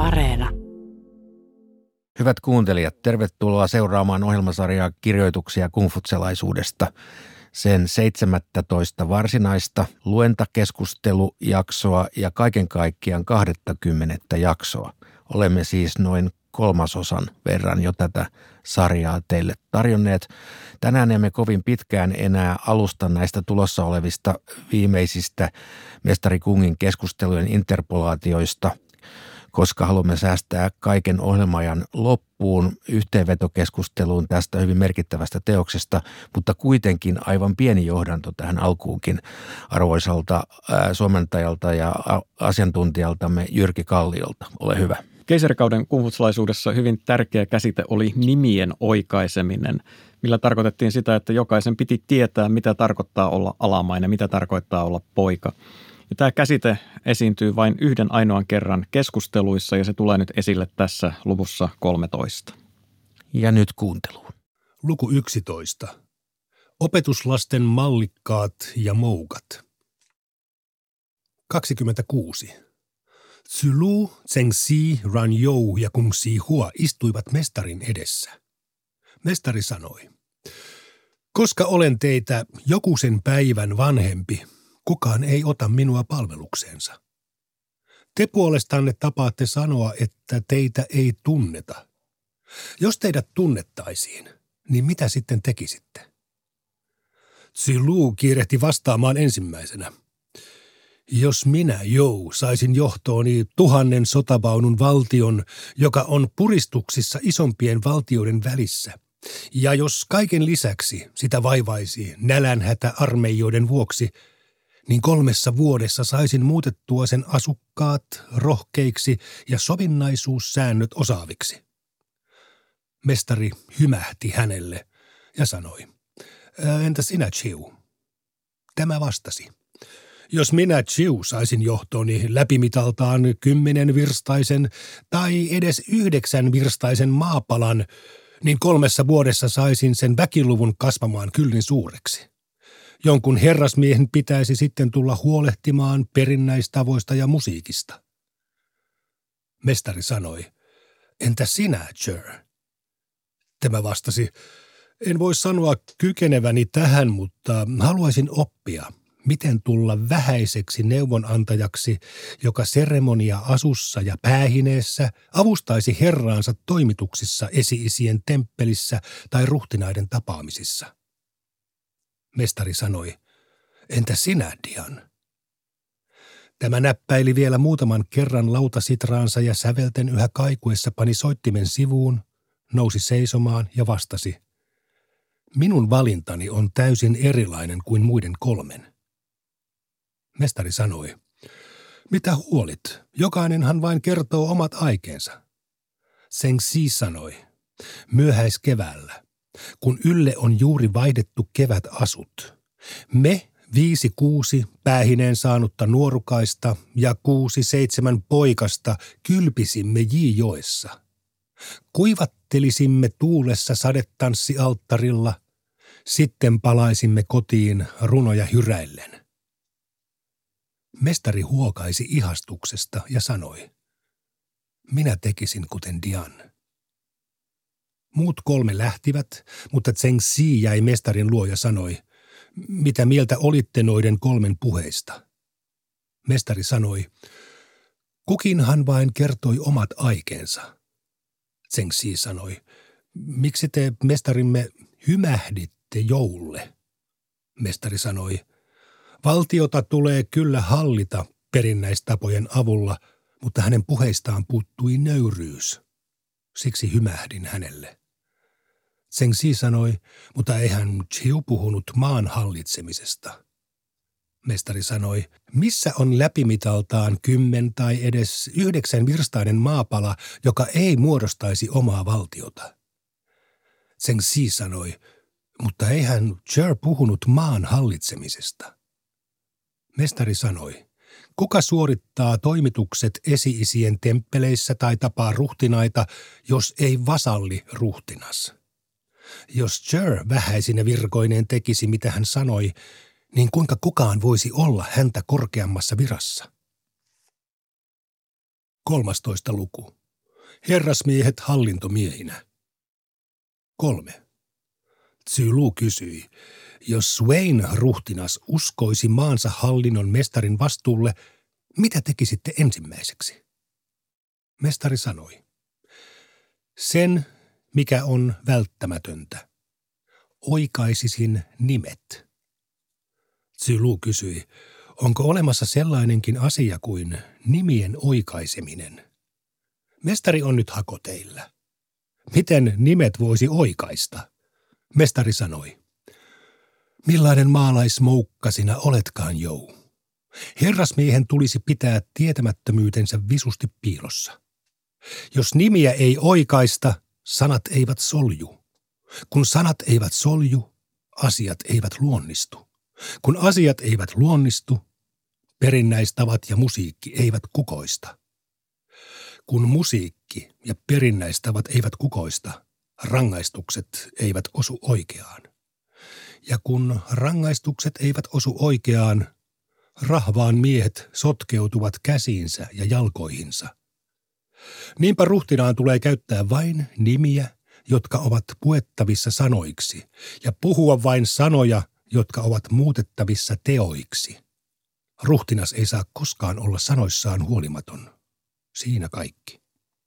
Areena. Hyvät kuuntelijat, tervetuloa seuraamaan ohjelmasarjaa Kirjoituksia kungfutselaisuudesta. Sen 17 varsinaista luentakeskustelujaksoa ja kaiken kaikkiaan 20 jaksoa. Olemme siis noin 1/3 verran jo tätä sarjaa teille tarjonneet. Tänään emme kovin pitkään enää alusta näistä tulossa olevista viimeisistä Mestari Kungin keskustelujen interpolaatioista, koska haluamme säästää kaiken ohjelmajan loppuun yhteenvetokeskusteluun tästä hyvin merkittävästä teoksesta, mutta kuitenkin aivan pieni johdanto tähän alkuunkin arvoisalta suomentajalta ja asiantuntijaltamme Jyrki Kalliolta. Ole hyvä. Keisarikauden kungfutsalaisuudessa hyvin tärkeä käsite oli nimien oikaiseminen, millä tarkoitettiin sitä, että jokaisen piti tietää, mitä tarkoittaa olla alamainen, mitä tarkoittaa olla poika. Ja tämä käsite esiintyy vain yhden ainoan kerran keskusteluissa ja se tulee nyt esille tässä luvussa 13. Ja nyt kuunteluun. Luku 11. Opetuslasten mallikkaat ja moukat. 26. Zulu, Zhengxi, Ranjou ja Kungsi Hua istuivat mestarin edessä. Mestari sanoi, koska olen teitä jokusen päivän vanhempi, kukaan ei ota minua palvelukseensa. Te puolestanne tapaatte sanoa, että teitä ei tunneta. Jos teidät tunnettaisiin, niin mitä sitten tekisitte? Zulu kiirehti vastaamaan ensimmäisenä. Jos minä, saisin johtooni 1000 sotavaunun valtion, joka on puristuksissa isompien valtioiden välissä, ja jos kaiken lisäksi sitä vaivaisi nälänhätä armeijoiden vuoksi, niin 3 vuodessa saisin muutettua sen asukkaat rohkeiksi ja sovinnaisuussäännöt osaaviksi. Mestari hymähti hänelle ja sanoi, entä sinä, Chiu? Tämä vastasi. Jos minä, Chiu, saisin johtooni läpimitaltaan 10-virstaisen tai edes 9-virstaisen maapalan, niin 3 vuodessa saisin sen väkiluvun kasvamaan kyllin suureksi. Jonkun herrasmiehen pitäisi sitten tulla huolehtimaan perinnäistavoista ja musiikista. Mestari sanoi, entä sinä, Jer? Tämä vastasi, en voi sanoa kykeneväni tähän, mutta haluaisin oppia, miten tulla vähäiseksi neuvonantajaksi, joka seremonia-asussa ja päähineessä avustaisi herraansa toimituksissa esi-isien temppelissä tai ruhtinaiden tapaamisissa. Mestari sanoi, entä sinä, Dian? Tämä näppäili vielä muutaman kerran lautasitraansa ja sävelten yhä kaikuessa pani soittimen sivuun, nousi seisomaan ja vastasi, minun valintani on täysin erilainen kuin muiden 3. Mestari sanoi, mitä huolit, jokainenhan vain kertoo omat aikeensa. Zhengxi sanoi, myöhäiskeväällä, kun ylle on juuri vaihdettu kevätasut. Me 5-6 päähineen saanutta nuorukaista ja 6-7 poikasta kylpisimme Jijoessa. Kuivattelisimme tuulessa sadetanssialttarilla, sitten palaisimme kotiin runoja hyräillen. Mestari huokaisi ihastuksesta ja sanoi, minä tekisin kuten Dian. Muut 3 lähtivät, mutta Zhengxi jäi mestarin luo ja sanoi, mitä mieltä olitte noiden 3 puheista? Mestari sanoi, kukinhan vain kertoi omat aikeensa. Zhengxi sanoi, miksi te, mestarimme, hymähditte joulle? Mestari sanoi, valtiota tulee kyllä hallita perinnäistapojen avulla, mutta hänen puheistaan puuttui nöyryys. Siksi hymähdin hänelle. Zhengxi sanoi, mutta eihän Chiu puhunut maan hallitsemisesta. Mestari sanoi, missä on läpimitaltaan 10 tai edes 9-virstainen maapala, joka ei muodostaisi omaa valtiota. Zhengxi sanoi, mutta eihän Jer puhunut maan hallitsemisesta. Mestari sanoi, kuka suorittaa toimitukset esi-isien temppeleissä tai tapaa ruhtinaita, jos ei vasalli ruhtinas? Jos Jer vähäisine virkoineen tekisi, mitä hän sanoi, niin kuinka kukaan voisi olla häntä korkeammassa virassa? 13. luku. Herrasmiehet hallintomiehinä. 3. Tzy-Lu kysyi, jos Swain ruhtinas uskoisi maansa hallinnon mestarin vastuulle, mitä tekisitte ensimmäiseksi? Mestari sanoi, sen, mikä on välttämätöntä. Oikaisisin nimet. Tzy-Lu kysyi, onko olemassa sellainenkin asia kuin nimien oikaiseminen? Mestari on nyt hakoteillä. Miten nimet voisi oikaista? Mestari sanoi, millainen maalaismoukka sinä oletkaan, Jou? Herrasmiehen tulisi pitää tietämättömyytensä visusti piilossa. Jos nimiä ei oikaista, sanat eivät solju. Kun sanat eivät solju, asiat eivät luonnistu. Kun asiat eivät luonnistu, perinnäistavat ja musiikki eivät kukoista. Kun musiikki ja perinnäistavat eivät kukoista, rangaistukset eivät osu oikeaan. Ja kun rangaistukset eivät osu oikeaan, rahvaan miehet sotkeutuvat käsiinsä ja jalkoihinsa. Niinpä ruhtinaan tulee käyttää vain nimiä, jotka ovat puettavissa sanoiksi, ja puhua vain sanoja, jotka ovat muutettavissa teoiksi. Ruhtinas ei saa koskaan olla sanoissaan huolimaton. Siinä kaikki.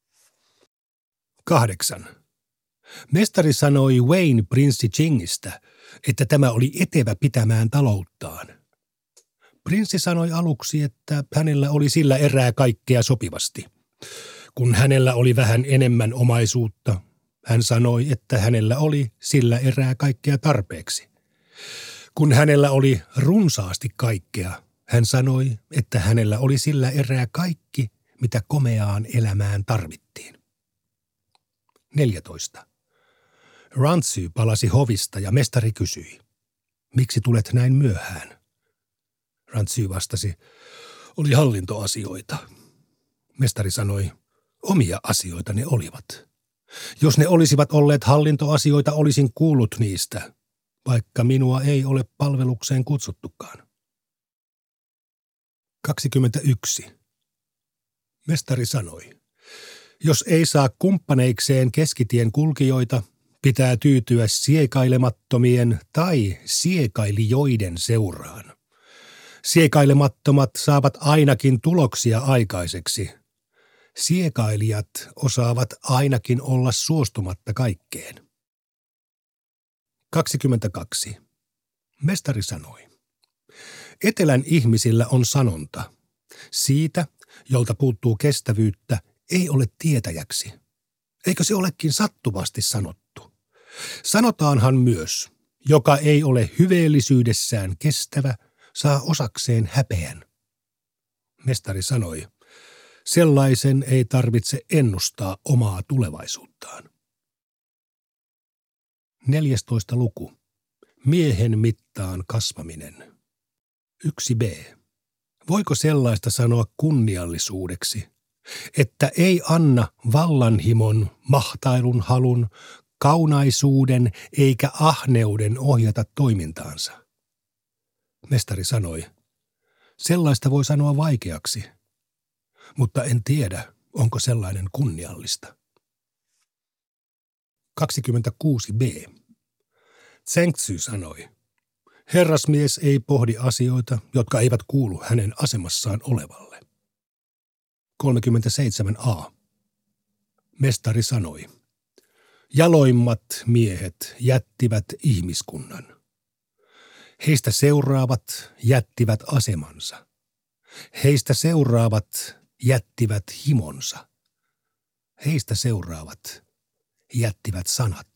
8. Mestari sanoi Wayne prinssi Chingistä, että tämä oli etevä pitämään talouttaan. Prinssi sanoi aluksi, että hänellä oli sillä erää kaikkea sopivasti. Kun hänellä oli vähän enemmän omaisuutta, hän sanoi, että hänellä oli sillä erää kaikkea tarpeeksi. Kun hänellä oli runsaasti kaikkea, hän sanoi, että hänellä oli sillä erää kaikki, mitä komeaan elämään tarvittiin. 14. Rantsy palasi hovista ja mestari kysyi, miksi tulet näin myöhään? Rantsy vastasi, oli hallintoasioita. Mestari sanoi, omia asioita ne olivat. Jos ne olisivat olleet hallintoasioita, olisin kuullut niistä, vaikka minua ei ole palvelukseen kutsuttukaan. 21. Mestari sanoi, jos ei saa kumppaneikseen keskitien kulkijoita, pitää tyytyä siekailemattomien tai siekailijoiden seuraan. Siekailemattomat saavat ainakin tuloksia aikaiseksi. Siekailijat osaavat ainakin olla suostumatta kaikkeen. 22. Mestari sanoi, etelän ihmisillä on sanonta. Siitä, jolta puuttuu kestävyyttä, ei ole tietäjäksi. Eikö se olekin sattuvasti sanottu? Sanotaanhan myös, joka ei ole hyveellisyydessään kestävä, saa osakseen häpeän. Mestari sanoi, sellaisen ei tarvitse ennustaa omaa tulevaisuuttaan. 14. luku. Miehen mittaan kasvaminen. 1b. Voiko sellaista sanoa kunniallisuudeksi, että ei anna vallanhimon, mahtailun halun, kaunaisuuden eikä ahneuden ohjata toimintaansa? Mestari sanoi, sellaista voi sanoa vaikeaksi, mutta en tiedä, onko sellainen kunniallista. 26b. Zhengzhi sanoi, herrasmies ei pohdi asioita, jotka eivät kuulu hänen asemassaan olevalle. 37a. Mestari sanoi, jaloimmat miehet jättivät ihmiskunnan. Heistä seuraavat jättivät asemansa. Heistä seuraavat jättivät himonsa. Heistä seuraavat jättivät sanat.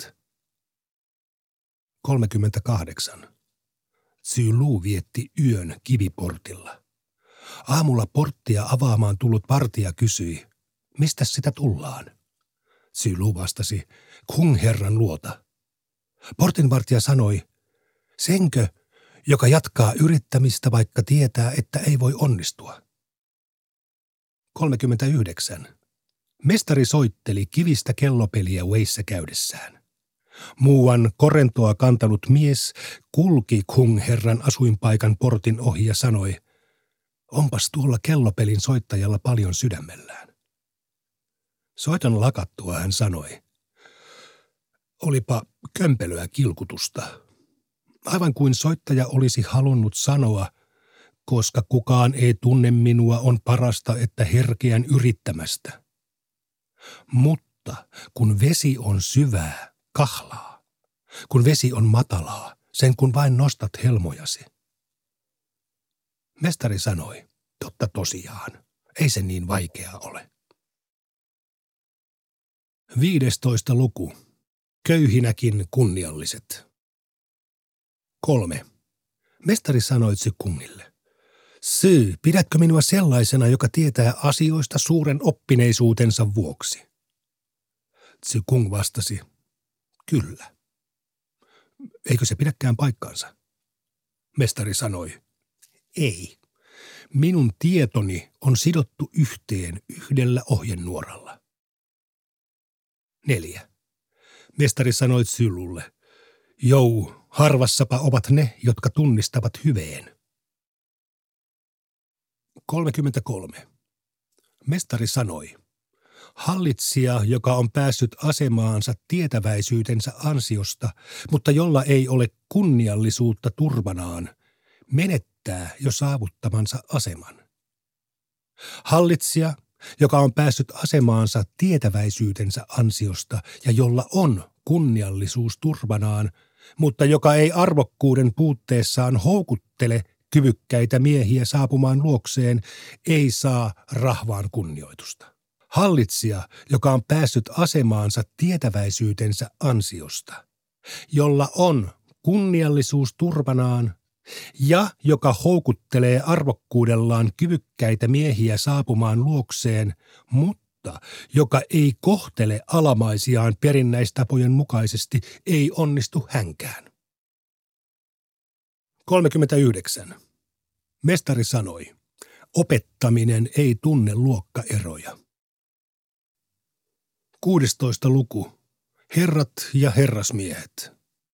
38. Tzy-Lu vietti yön kiviportilla. Aamulla porttia avaamaan tullut vartija kysyi, mistä sitä tullaan? Tzy-Lu vastasi, Kung-herran luota. Portinvartija sanoi, senkö, joka jatkaa yrittämistä, vaikka tietää, että ei voi onnistua. 39. Mestari soitteli kivistä kellopeliä Weissä käydessään. Muuan korentoa kantanut mies kulki Kung-herran asuinpaikan portin ohi ja sanoi, onpas tuolla kellopelin soittajalla paljon sydämellään. Soiton lakattua hän sanoi, olipa kömpelöä kilkutusta. Aivan kuin soittaja olisi halunnut sanoa, koska kukaan ei tunne minua, on parasta, että herkeän yrittämästä. Mutta kun vesi on syvää, kahlaa. Kun vesi on matalaa, sen kun vain nostat helmojasi. Mestari sanoi, totta tosiaan, ei se niin vaikeaa ole. 15. luku. Köyhinäkin kunnialliset. 3. Mestari sanoi Tse-kungille, Sy, pidätkö minua sellaisena, joka tietää asioista suuren oppineisuutensa vuoksi? Tse-kung vastasi, kyllä. Eikö se pidäkään paikkaansa? Mestari sanoi, ei. Minun tietoni on sidottu yhteen yhdellä ohjenuoralla. 4. Mestari sanoi Tsylulle, jou, harvassapa ovat ne, jotka tunnistavat hyveen. 33. Mestari sanoi, hallitsija, joka on päässyt asemaansa tietäväisyytensä ansiosta, mutta jolla ei ole kunniallisuutta turvanaan, menettää jo saavuttamansa aseman. Hallitsija, joka on päässyt asemaansa tietäväisyytensä ansiosta ja jolla on kunniallisuus turvanaan, mutta joka ei arvokkuuden puutteessaan houkuttele kyvykkäitä miehiä saapumaan luokseen, ei saa rahvaan kunnioitusta. Hallitsija, joka on päässyt asemaansa tietäväisyytensä ansiosta, jolla on kunniallisuus turvanaan ja joka houkuttelee arvokkuudellaan kyvykkäitä miehiä saapumaan luokseen, mutta joka ei kohtele alamaisiaan perinnäistapojen mukaisesti, ei onnistu hänkään. 39. Mestari sanoi, opettaminen ei tunne luokkaeroja. 16. luku. Herrat ja herrasmiehet.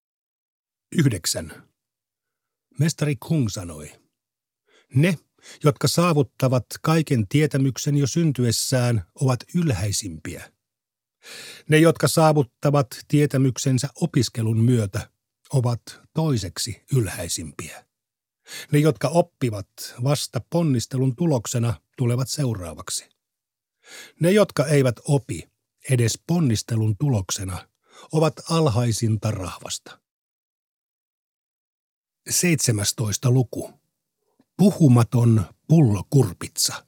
9. Mestari Kung sanoi, ne, jotka saavuttavat kaiken tietämyksen jo syntyessään, ovat ylhäisimpiä. Ne, jotka saavuttavat tietämyksensä opiskelun myötä, ovat toiseksi ylhäisimpiä. Ne, jotka oppivat vasta ponnistelun tuloksena, tulevat seuraavaksi. Ne, jotka eivät opi edes ponnistelun tuloksena, ovat alhaisinta rahvasta. 17. luku. Puhumaton pullokurpitsa.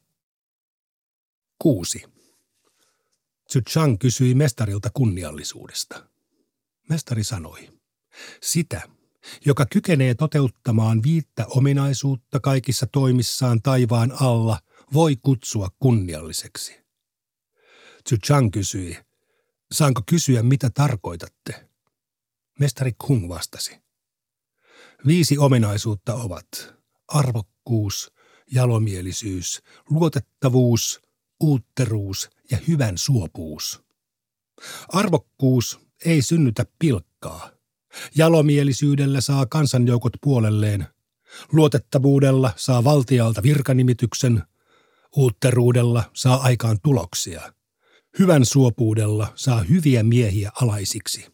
6. Tzu Chang kysyi mestarilta kunniallisuudesta. Mestari sanoi, sitä, joka kykenee toteuttamaan 5 ominaisuutta kaikissa toimissaan taivaan alla, voi kutsua kunnialliseksi. Tzu Chang kysyi, saanko kysyä, mitä tarkoitatte? Mestari Kung vastasi. 5 ominaisuutta ovat arvokkuus, jalomielisyys, luotettavuus, uutteruus ja hyvän suopuus. Arvokkuus ei synnytä pilkkaa. Jalomielisyydellä saa kansanjoukot puolelleen. Luotettavuudella saa valtialta virkanimityksen. Uutteruudella saa aikaan tuloksia. Hyvän suopuudella saa hyviä miehiä alaisiksi.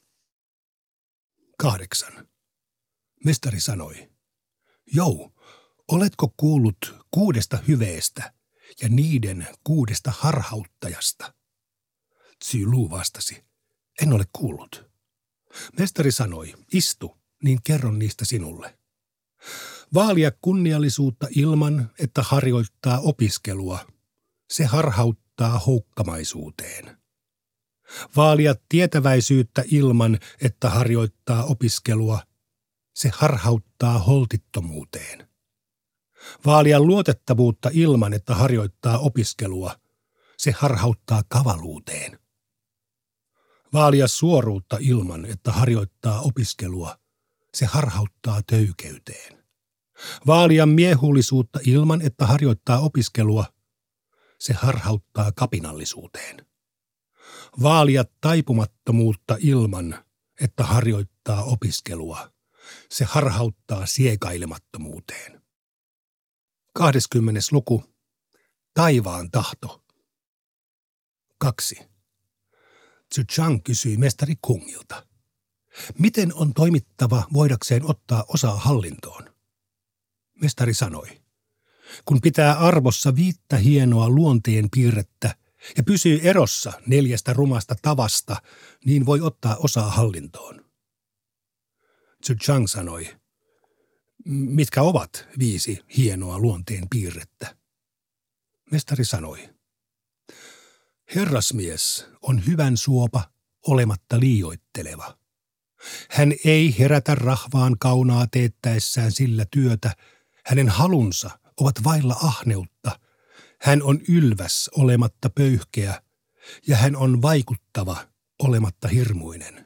8. Mestari sanoi, jou, oletko kuullut 6 hyveestä ja niiden 6 harhauttajasta? Tzy Lu vastasi, en ole kuullut. Mestari sanoi, istu, niin kerron niistä sinulle. Vaalia kunniallisuutta ilman, että harjoittaa opiskelua. Se harhauttaa houkkamaisuuteen. Vaalia tietäväisyyttä ilman, että harjoittaa opiskelua. Se harhauttaa holtittomuuteen. Vaalia luotettavuutta ilman, että harjoittaa opiskelua. Se harhauttaa kavaluuteen. Vaalia suoruutta ilman, että harjoittaa opiskelua. Se harhauttaa töykeyteen. Vaalia miehullisuutta ilman, että harjoittaa opiskelua. Se harhauttaa kapinallisuuteen. Vaalia taipumattomuutta ilman, että harjoittaa opiskelua. Se harhauttaa siekailemattomuuteen. 20. luku. Taivaan tahto. 2. Zhu Chang kysyi mestari Kungilta. Miten on toimittava voidakseen ottaa osaa hallintoon? Mestari sanoi. Kun pitää arvossa 5 hienoa luonteen piirrettä ja pysyy erossa 4 rumasta tavasta, niin voi ottaa osaa hallintoon. Zhu Chang sanoi. Mitkä ovat 5 hienoa luonteen piirrettä? Mestari sanoi. Herrasmies on hyvän suopa, olematta liioitteleva. Hän ei herätä rahvaan kaunaa teettäessään sillä työtä. Hänen halunsa ovat vailla ahneutta. Hän on ylväs olematta pöyhkeä ja hän on vaikuttava olematta hirmuinen.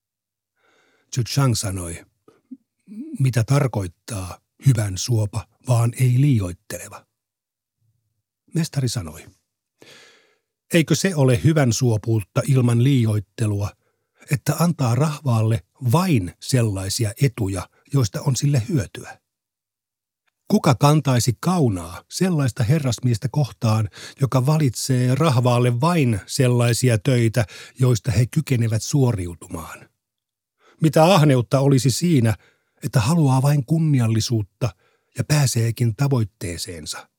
Zhu Chang sanoi, mitä tarkoittaa hyvän suopa, vaan ei liioitteleva? Mestari sanoi, eikö se ole hyvän suopuutta ilman liioittelua, että antaa rahvaalle vain sellaisia etuja, joista on sille hyötyä? Kuka kantaisi kaunaa sellaista herrasmiestä kohtaan, joka valitsee rahvaalle vain sellaisia töitä, joista he kykenevät suoriutumaan? Mitä ahneutta olisi siinä, että haluaa vain kunniallisuutta ja pääseekin tavoitteeseensa?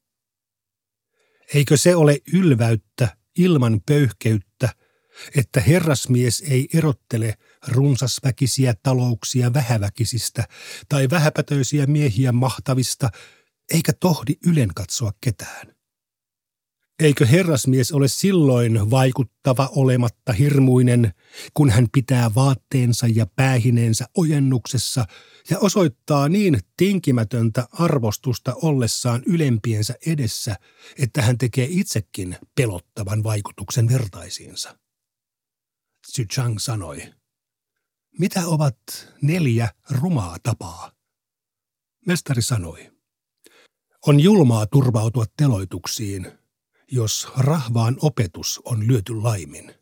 Eikö se ole ylväyttä ilman pöyhkeyttä, että herrasmies ei erottele runsasväkisiä talouksia vähäväkisistä tai vähäpätöisiä miehiä mahtavista, eikä tohdi ylen katsoa ketään? Eikö herrasmies ole silloin vaikuttava olematta hirmuinen, kun hän pitää vaatteensa ja päähineensä ojennuksessa ja osoittaa niin tinkimätöntä arvostusta ollessaan ylempiensä edessä, että hän tekee itsekin pelottavan vaikutuksen vertaisiinsa? Zhu Chang sanoi, mitä ovat 4 rumaa tapaa? Mestari sanoi, on julmaa turvautua teloituksiin, jos rahvaan opetus on lyöty laimin.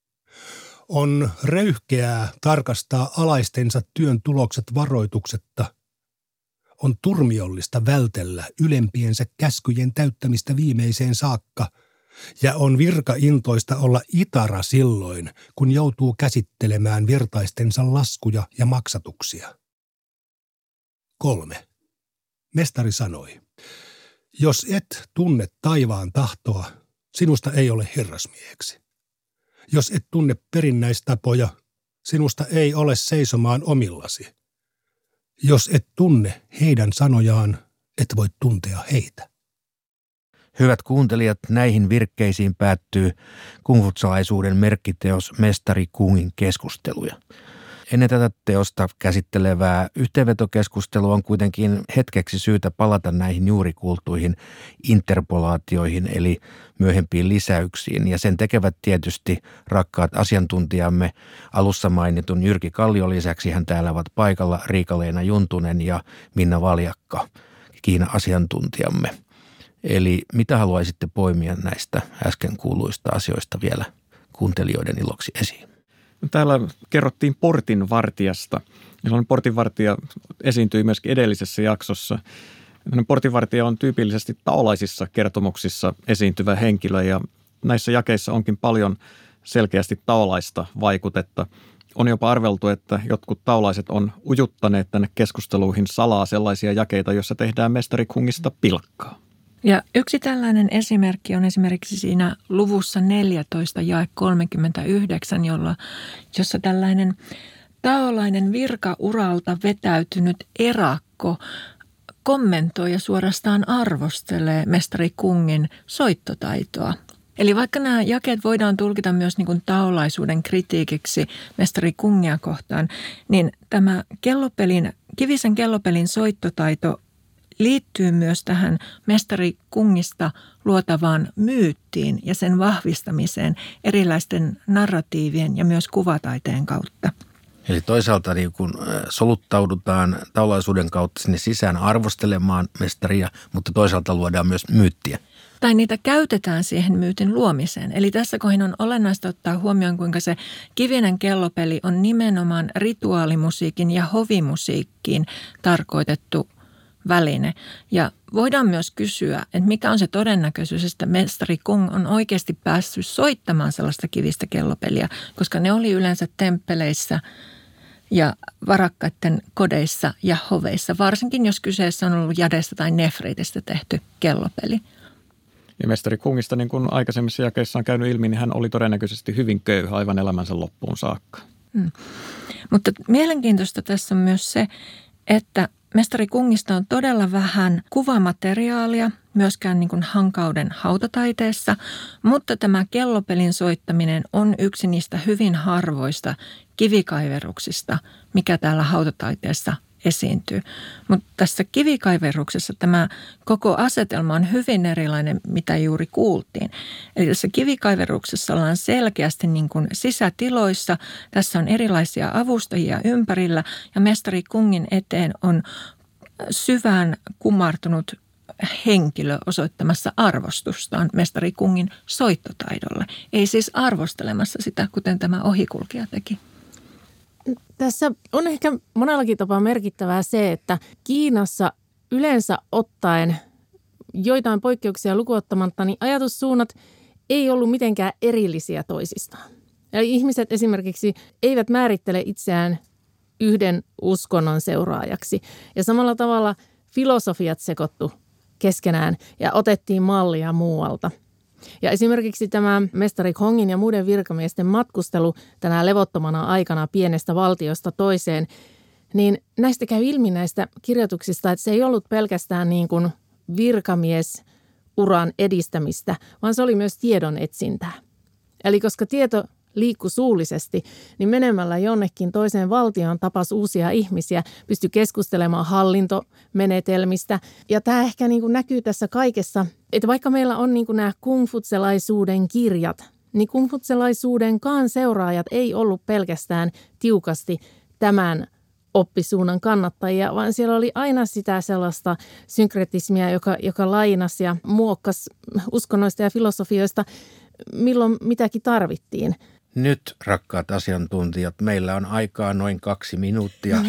On röyhkeää tarkastaa alaistensa työn tulokset varoituksetta. On turmiollista vältellä ylempiensä käskyjen täyttämistä viimeiseen saakka, ja on virkaintoista olla itara silloin, kun joutuu käsittelemään vertaistensa laskuja ja maksatuksia. 3. Mestari sanoi, jos et tunne taivaan tahtoa, sinusta ei ole herrasmieheksi. Jos et tunne perinnäistapoja, sinusta ei ole seisomaan omillasi. Jos et tunne heidän sanojaan, et voi tuntea heitä. Hyvät kuuntelijat, näihin virkkeisiin päättyy kungfutsalaisuuden merkkiteos Mestari Kungin keskusteluja. Ennen tätä teosta käsittelevää yhteenvetokeskustelua on kuitenkin hetkeksi syytä palata näihin juuri kuultuihin interpolaatioihin eli myöhempiin lisäyksiin. Ja sen tekevät tietysti rakkaat asiantuntijamme alussa mainitun Jyrki Kallion lisäksi. Hän täällä ovat paikalla Riika-Leena Juntunen ja Minna Valjakka, Kiina-asiantuntijamme. Eli mitä haluaisitte poimia näistä äsken kuuluista asioista vielä kuuntelijoiden iloksi esiin? Täällä kerrottiin portinvartijasta. Sellainen portinvartija esiintyi myöskin edellisessä jaksossa. Portinvartija on tyypillisesti taolaisissa kertomuksissa esiintyvä henkilö ja näissä jakeissa onkin paljon selkeästi taolaista vaikutetta. On jopa arveltu, että jotkut taolaiset on ujuttaneet tänne keskusteluihin salaa sellaisia jakeita, joissa tehdään Mestari Kungista pilkkaa. Ja yksi tällainen esimerkki on esimerkiksi siinä luvussa 14 jae 39, jossa tällainen taolainen virkauralta vetäytynyt erakko kommentoi ja suorastaan arvostelee Mestari Kungin soittotaitoa. Eli vaikka nämä jakeet voidaan tulkita myös niin kuin taolaisuuden kritiikiksi Mestari Kungia kohtaan, niin tämä kivisen kellopelin soittotaito liittyy myös tähän Mestari Kungista luotavaan myyttiin ja sen vahvistamiseen erilaisten narratiivien ja myös kuvataiteen kautta. Eli toisaalta niin kun soluttaudutaan taulaisuuden kautta sinne sisään arvostelemaan mestaria, mutta toisaalta luodaan myös myyttiä. Tai niitä käytetään siihen myytin luomiseen. Eli tässä kohdin on olennaista ottaa huomioon, kuinka se kivinen kellopeli on nimenomaan rituaalimusiikin ja hovimusiikkiin tarkoitettu väline. Ja voidaan myös kysyä, että mikä on se todennäköisyys, että mestari Kung on oikeasti päässyt soittamaan sellaista kivistä kellopeliä, koska ne oli yleensä temppeleissä ja varakkaiden kodeissa ja hoveissa, varsinkin jos kyseessä on ollut jadesta tai nefritistä tehty kellopeli. Ja mestari Kungista, niin kuin aikaisemmissa jakeissa on käynyt ilmi, niin hän oli todennäköisesti hyvin köyhä aivan elämänsä loppuun saakka. Mutta mielenkiintoista tässä on myös se, että mestari Kungista on todella vähän kuvamateriaalia, myöskään niin kuin Hankauden hautataiteessa, mutta tämä kellopelin soittaminen on yksi niistä hyvin harvoista kivikaiveruksista, mikä täällä hautataiteessa esiintyy. Mutta tässä kivikaiveruksessa tämä koko asetelma on hyvin erilainen, mitä juuri kuultiin. Eli tässä kivikaiveruksessa ollaan selkeästi niin kuin sisätiloissa. Tässä on erilaisia avustajia ympärillä ja mestari Kungin eteen on syvään kumartunut henkilö osoittamassa arvostustaan mestari Kungin soittotaidolle. Ei siis arvostelemassa sitä, kuten tämä ohikulkija teki. Tässä on ehkä monellakin tapaa merkittävää se, että Kiinassa yleensä ottaen joitain poikkeuksia lukuottamatta, niin ajatussuunnat ei ollut mitenkään erillisiä toisistaan. Eli ihmiset esimerkiksi eivät määrittele itseään yhden uskonnon seuraajaksi. Ja samalla tavalla filosofiat sekoittu keskenään ja otettiin mallia muualta. Ja esimerkiksi tämä mestari Kongin ja muiden virkamiesten matkustelu tänä levottomana aikana pienestä valtiosta toiseen, niin näistä käy ilmi näistä kirjoituksista, että se ei ollut pelkästään niin kuin virkamiesuran edistämistä, vaan se oli myös tiedon etsintää. Eli koska tieto liikkui suullisesti, niin menemällä jonnekin toiseen valtioon tapasi uusia ihmisiä, pystyi keskustelemaan hallintomenetelmistä. Ja tämä ehkä niin kuin näkyy tässä kaikessa, että vaikka meillä on niin kuin nämä kungfutselaisuuden kirjat, niin kungfutselaisuudenkaan seuraajat ei ollut pelkästään tiukasti tämän oppisuunnan kannattajia, vaan siellä oli aina sitä sellaista synkretismia, joka lainasi ja muokkasi uskonnoista ja filosofioista, milloin mitäkin tarvittiin. Nyt, rakkaat asiantuntijat, meillä on aikaa noin 2 minuuttia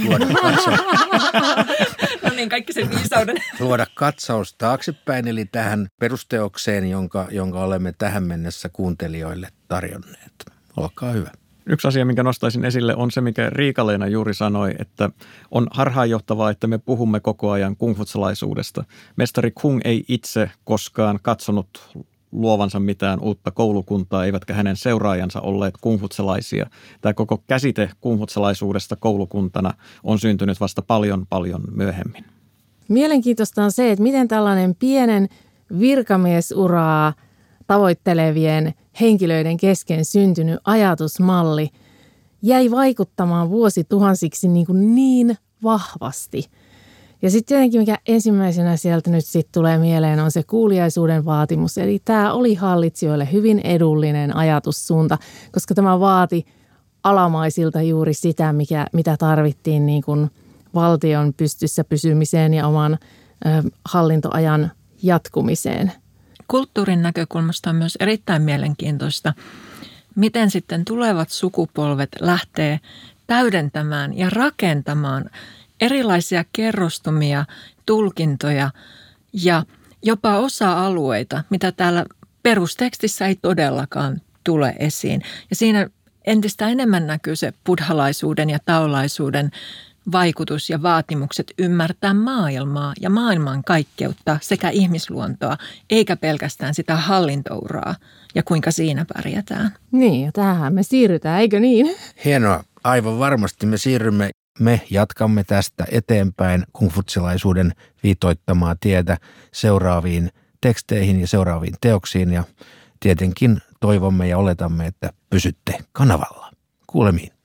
luoda katsaus taaksepäin, eli tähän perusteokseen, jonka olemme tähän mennessä kuuntelijoille tarjonneet. Olkaa hyvä. Yksi asia, minkä nostaisin esille, on se, mikä Riika-Leena juuri sanoi, että on harhaanjohtavaa, että me puhumme koko ajan kungfutsalaisuudesta. Mestari Kung ei itse koskaan katsonut luovansa mitään uutta koulukuntaa, eivätkä hänen seuraajansa olleet kungfutsalaisia. Tämä koko käsite kungfutsalaisuudesta koulukuntana on syntynyt vasta paljon, paljon myöhemmin. Mielenkiintoista on se, että miten tällainen pienen virkamiesuraa tavoittelevien henkilöiden kesken syntynyt ajatusmalli jäi vaikuttamaan vuosituhansiksi niin vahvasti. Ja sitten tietenkin, mikä ensimmäisenä sieltä nyt sitten tulee mieleen, on se kuuliaisuuden vaatimus. Eli tämä oli hallitsijoille hyvin edullinen ajatussuunta, koska tämä vaati alamaisilta juuri sitä, mitä tarvittiin niin kuin valtion pystyssä pysymiseen ja oman hallintoajan jatkumiseen. Kulttuurin näkökulmasta on myös erittäin mielenkiintoista, miten sitten tulevat sukupolvet lähtee täydentämään ja rakentamaan erilaisia kerrostumia, tulkintoja ja jopa osa-alueita, mitä täällä perustekstissä ei todellakaan tule esiin. Ja siinä entistä enemmän näkyy se buddhalaisuuden ja taolaisuuden vaikutus ja vaatimukset ymmärtää maailmaa ja maailman kaikkeutta sekä ihmisluontoa, eikä pelkästään sitä hallintouraa ja kuinka siinä pärjätään. Niin, ja tähän me siirrytään, eikö niin? Hienoa. Aivan varmasti me siirrymme. Me jatkamme tästä eteenpäin kungfutsalaisuuden viitoittamaa tietä seuraaviin teksteihin ja seuraaviin teoksiin ja tietenkin toivomme ja oletamme, että pysytte kanavalla. Kuulemiin.